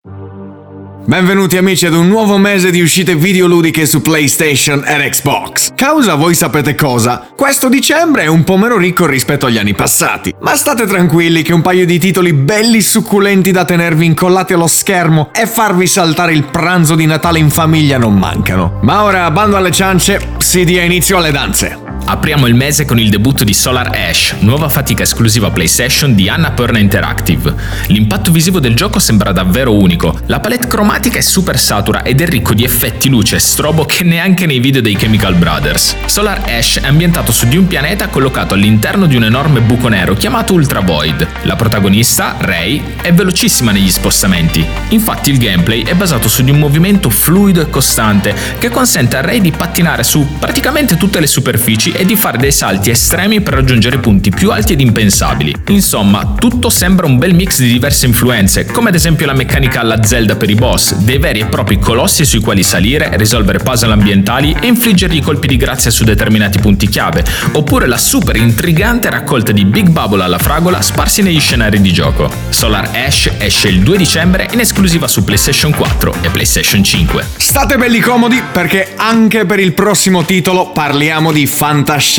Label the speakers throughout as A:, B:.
A: Benvenuti amici ad un nuovo mese di uscite videoludiche su PlayStation e Xbox. Causa voi sapete cosa? Questo dicembre è un po' meno ricco rispetto agli anni passati, ma state tranquilli che un paio di titoli belli succulenti da tenervi incollati allo schermo e farvi saltare il pranzo di Natale in famiglia non mancano. Ma ora, bando alle ciance, si dia inizio alle danze.
B: Apriamo il mese con il debutto di Solar Ash, nuova fatica esclusiva PlayStation di Annapurna Interactive. L'impatto visivo del gioco sembra davvero unico, la palette cromatica è super satura ed è ricco di effetti luce e strobo che neanche nei video dei Chemical Brothers. Solar Ash è ambientato su di un pianeta collocato all'interno di un enorme buco nero chiamato Ultra Void. La protagonista, Rei, è velocissima negli spostamenti. Infatti il gameplay è basato su di un movimento fluido e costante che consente a Rei di pattinare su praticamente tutte le superfici e di fare dei salti estremi per raggiungere punti più alti ed impensabili. Insomma, tutto sembra un bel mix di diverse influenze, come ad esempio la meccanica alla Zelda per i boss, dei veri e propri colossi sui quali salire, risolvere puzzle ambientali e infliggergli colpi di grazia su determinati punti chiave, oppure la super intrigante raccolta di Big Bubble alla fragola sparsi negli scenari di gioco. Solar Ash esce il 2 dicembre in esclusiva su PlayStation 4 e PlayStation 5.
A: State belli comodi perché anche per il prossimo titolo parliamo di fantascienza.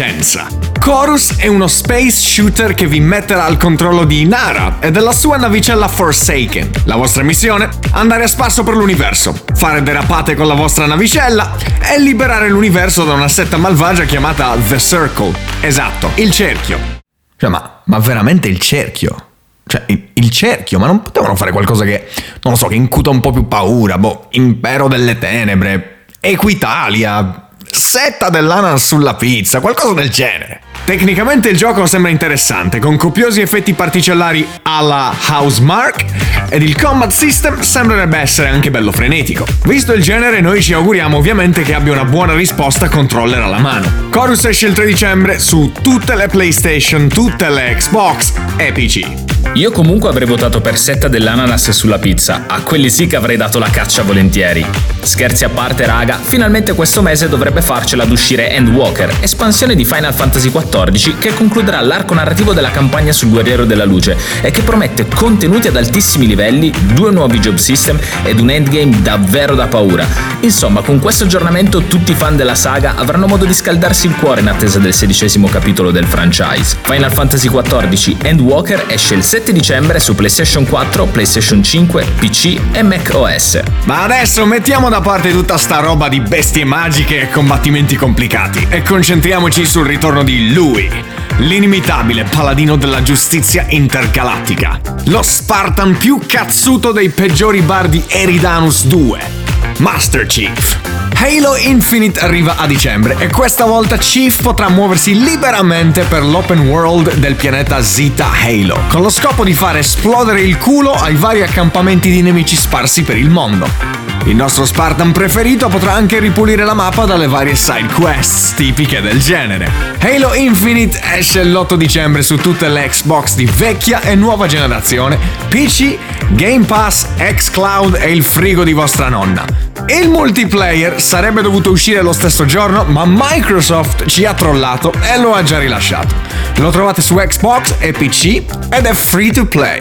A: Chorus è uno space shooter che vi metterà al controllo di Inara e della sua navicella Forsaken. La vostra missione? Andare a spasso per l'universo, fare derapate con la vostra navicella e liberare l'universo da una setta malvagia chiamata The Circle. Esatto, il cerchio. Cioè, ma veramente il cerchio? Cioè, il cerchio, ma non potevano fare qualcosa che, non lo so, che incuta un po' più paura, Impero delle Tenebre, Equitalia, setta dell'ananas sulla pizza, qualcosa del genere. Tecnicamente il gioco sembra interessante, con copiosi effetti particellari alla Housemarque, ed il combat system sembrerebbe essere anche bello frenetico. Visto il genere, noi ci auguriamo ovviamente che abbia una buona risposta controller alla mano. Chorus esce il 3 dicembre su tutte le PlayStation, tutte le Xbox e PC.
B: Io comunque avrei votato per setta dell'ananas sulla pizza, a quelli sì che avrei dato la caccia volentieri. Scherzi a parte raga, finalmente questo mese dovrebbe farcela ad uscire Endwalker, espansione di Final Fantasy XIV che concluderà l'arco narrativo della campagna sul Guerriero della Luce e che promette contenuti ad altissimi livelli, 2 nuovi job system ed un endgame davvero da paura. Insomma, con questo aggiornamento tutti i fan della saga avranno modo di scaldarsi il cuore in attesa del 16° capitolo del franchise. Final Fantasy XIV Endwalker esce il 7 dicembre su PlayStation 4, PlayStation 5, PC e Mac OS.
A: Ma adesso mettiamo da parte tutta sta roba di bestie magiche e combattimenti complicati e concentriamoci sul ritorno di lui, l'inimitabile paladino della giustizia intergalattica, lo Spartan più cazzuto dei peggiori bardi Eridanus 2, Master Chief. Halo Infinite arriva a dicembre e questa volta Chief potrà muoversi liberamente per l'open world del pianeta Zeta Halo, con lo scopo di far esplodere il culo ai vari accampamenti di nemici sparsi per il mondo. Il nostro Spartan preferito potrà anche ripulire la mappa dalle varie side quests tipiche del genere. Halo Infinite esce l'8 dicembre su tutte le Xbox di vecchia e nuova generazione, PC, Game Pass, xCloud e il frigo di vostra nonna. Il multiplayer sarebbe dovuto uscire lo stesso giorno, ma Microsoft ci ha trollato e lo ha già rilasciato. Lo trovate su Xbox e PC ed è free to play.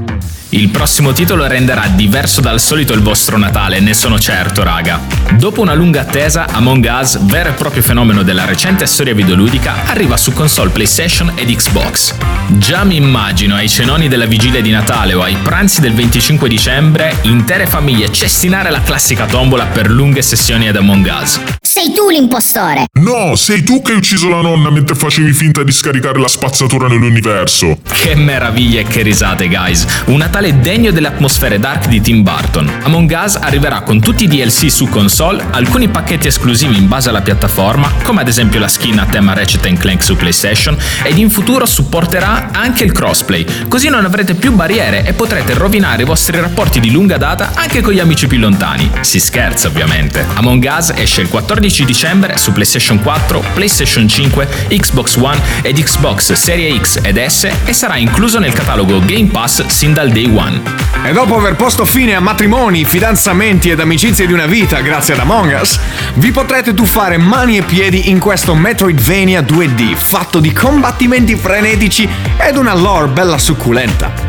B: Il prossimo titolo renderà diverso dal solito il vostro Natale, ne sono certo raga. Dopo una lunga attesa, Among Us, vero e proprio fenomeno della recente storia videoludica, arriva su console PlayStation ed Xbox. Già mi immagino ai cenoni della vigilia di Natale o ai pranzi del 25 dicembre intere famiglie cestinare la classica tombola per lunghe sessioni ad Among Us.
C: Sei tu l'impostore!
D: No, sei tu che hai ucciso la nonna mentre facevi finta di scaricare la spazzatura nell'universo.
B: Che meraviglia e che risate, guys! Un Natale degno delle atmosfere dark di Tim Burton. Among Us arriverà con tutti i DLC su console, alcuni pacchetti esclusivi in base alla piattaforma, come ad esempio la skin a tema Ratchet & Clank su PlayStation, ed in futuro supporterà anche il crossplay, così non avrete più barriere e potrete rovinare i vostri rapporti di lunga data anche con gli amici più lontani. Si scherza, ovviamente. Among Us esce il 14 dicembre su PlayStation 4, PlayStation 5, Xbox One ed Xbox Serie X ed S e sarà incluso nel catalogo Game Pass sin dal day one.
A: E dopo aver posto fine a matrimoni, fidanzamenti ed amicizie di una vita grazie ad Among Us, vi potrete tuffare mani e piedi in questo Metroidvania 2D fatto di combattimenti frenetici ed una lore bella succulenta.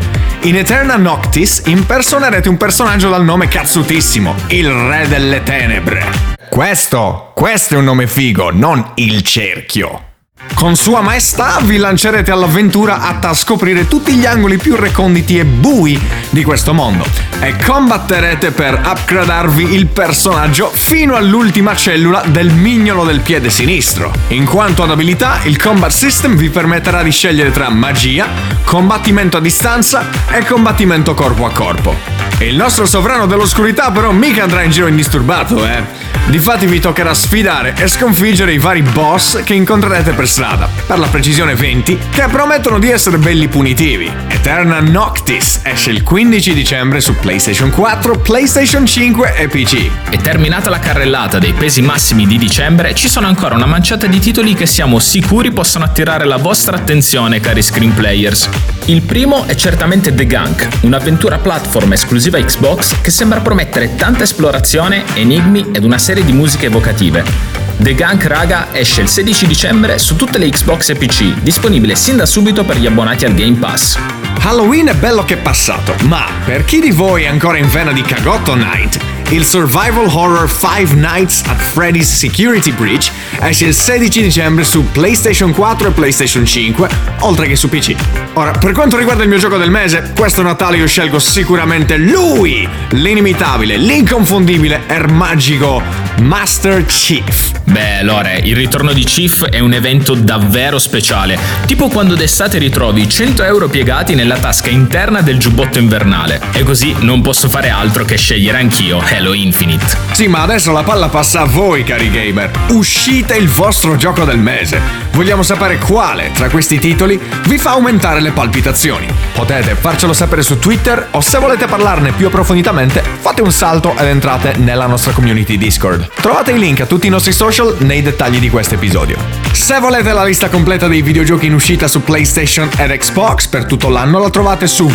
A: In Eterna Noctis impersonerete un personaggio dal nome cazzutissimo, il Re delle Tenebre. Questo è un nome figo, non il cerchio. Con Sua Maestà vi lancerete all'avventura atta a scoprire tutti gli angoli più reconditi e bui di questo mondo e combatterete per upgradarvi il personaggio fino all'ultima cellula del mignolo del piede sinistro. In quanto ad abilità, il combat system vi permetterà di scegliere tra magia, combattimento a distanza e combattimento corpo a corpo. Il nostro sovrano dell'oscurità però mica andrà in giro indisturbato, Difatti vi toccherà sfidare e sconfiggere i vari boss che incontrerete per strada, per la precisione 20, che promettono di essere belli punitivi. Eterna Noctis esce il 15 dicembre su PlayStation 4, PlayStation 5 e PC.
B: E terminata la carrellata dei pesi massimi di dicembre, ci sono ancora una manciata di titoli che siamo sicuri possono attirare la vostra attenzione, cari screen players. Il primo è certamente The Gunk, un'avventura platform esclusiva Xbox che sembra promettere tanta esplorazione, enigmi ed una serie di musiche evocative. The Gunk, raga, esce il 16 dicembre su tutte le Xbox e PC, disponibile sin da subito per gli abbonati al Game Pass.
A: Halloween è bello che è passato, ma per chi di voi è ancora in vena di Cagotto Night, il survival horror Five Nights at Freddy's Security Breach esce il 16 dicembre su PlayStation 4 e PlayStation 5, oltre che su PC. Ora, per quanto riguarda il mio gioco del mese, questo Natale io scelgo sicuramente lui, l'inimitabile, l'inconfondibile e magico Master Chief.
B: Beh, Lore, il ritorno di Chief è un evento davvero speciale, tipo quando d'estate ritrovi 100 euro piegati nella tasca interna del giubbotto invernale. E così non posso fare altro che scegliere anch'io Halo Infinite.
A: Sì, ma adesso la palla passa a voi, cari gamer. Uscite il vostro gioco del mese. Vogliamo sapere quale tra questi titoli vi fa aumentare le palpitazioni. Potete farcelo sapere su Twitter o se volete parlarne più approfonditamente, fate un salto ed entrate nella nostra community Discord. Trovate i link a tutti i nostri social nei dettagli di questo episodio. Se volete la lista completa dei videogiochi in uscita su PlayStation ed Xbox per tutto l'anno la trovate su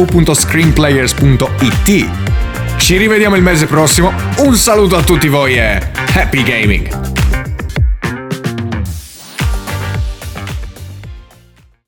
A: www.screenplayers.it. Ci rivediamo il mese prossimo, un saluto a tutti voi e happy gaming!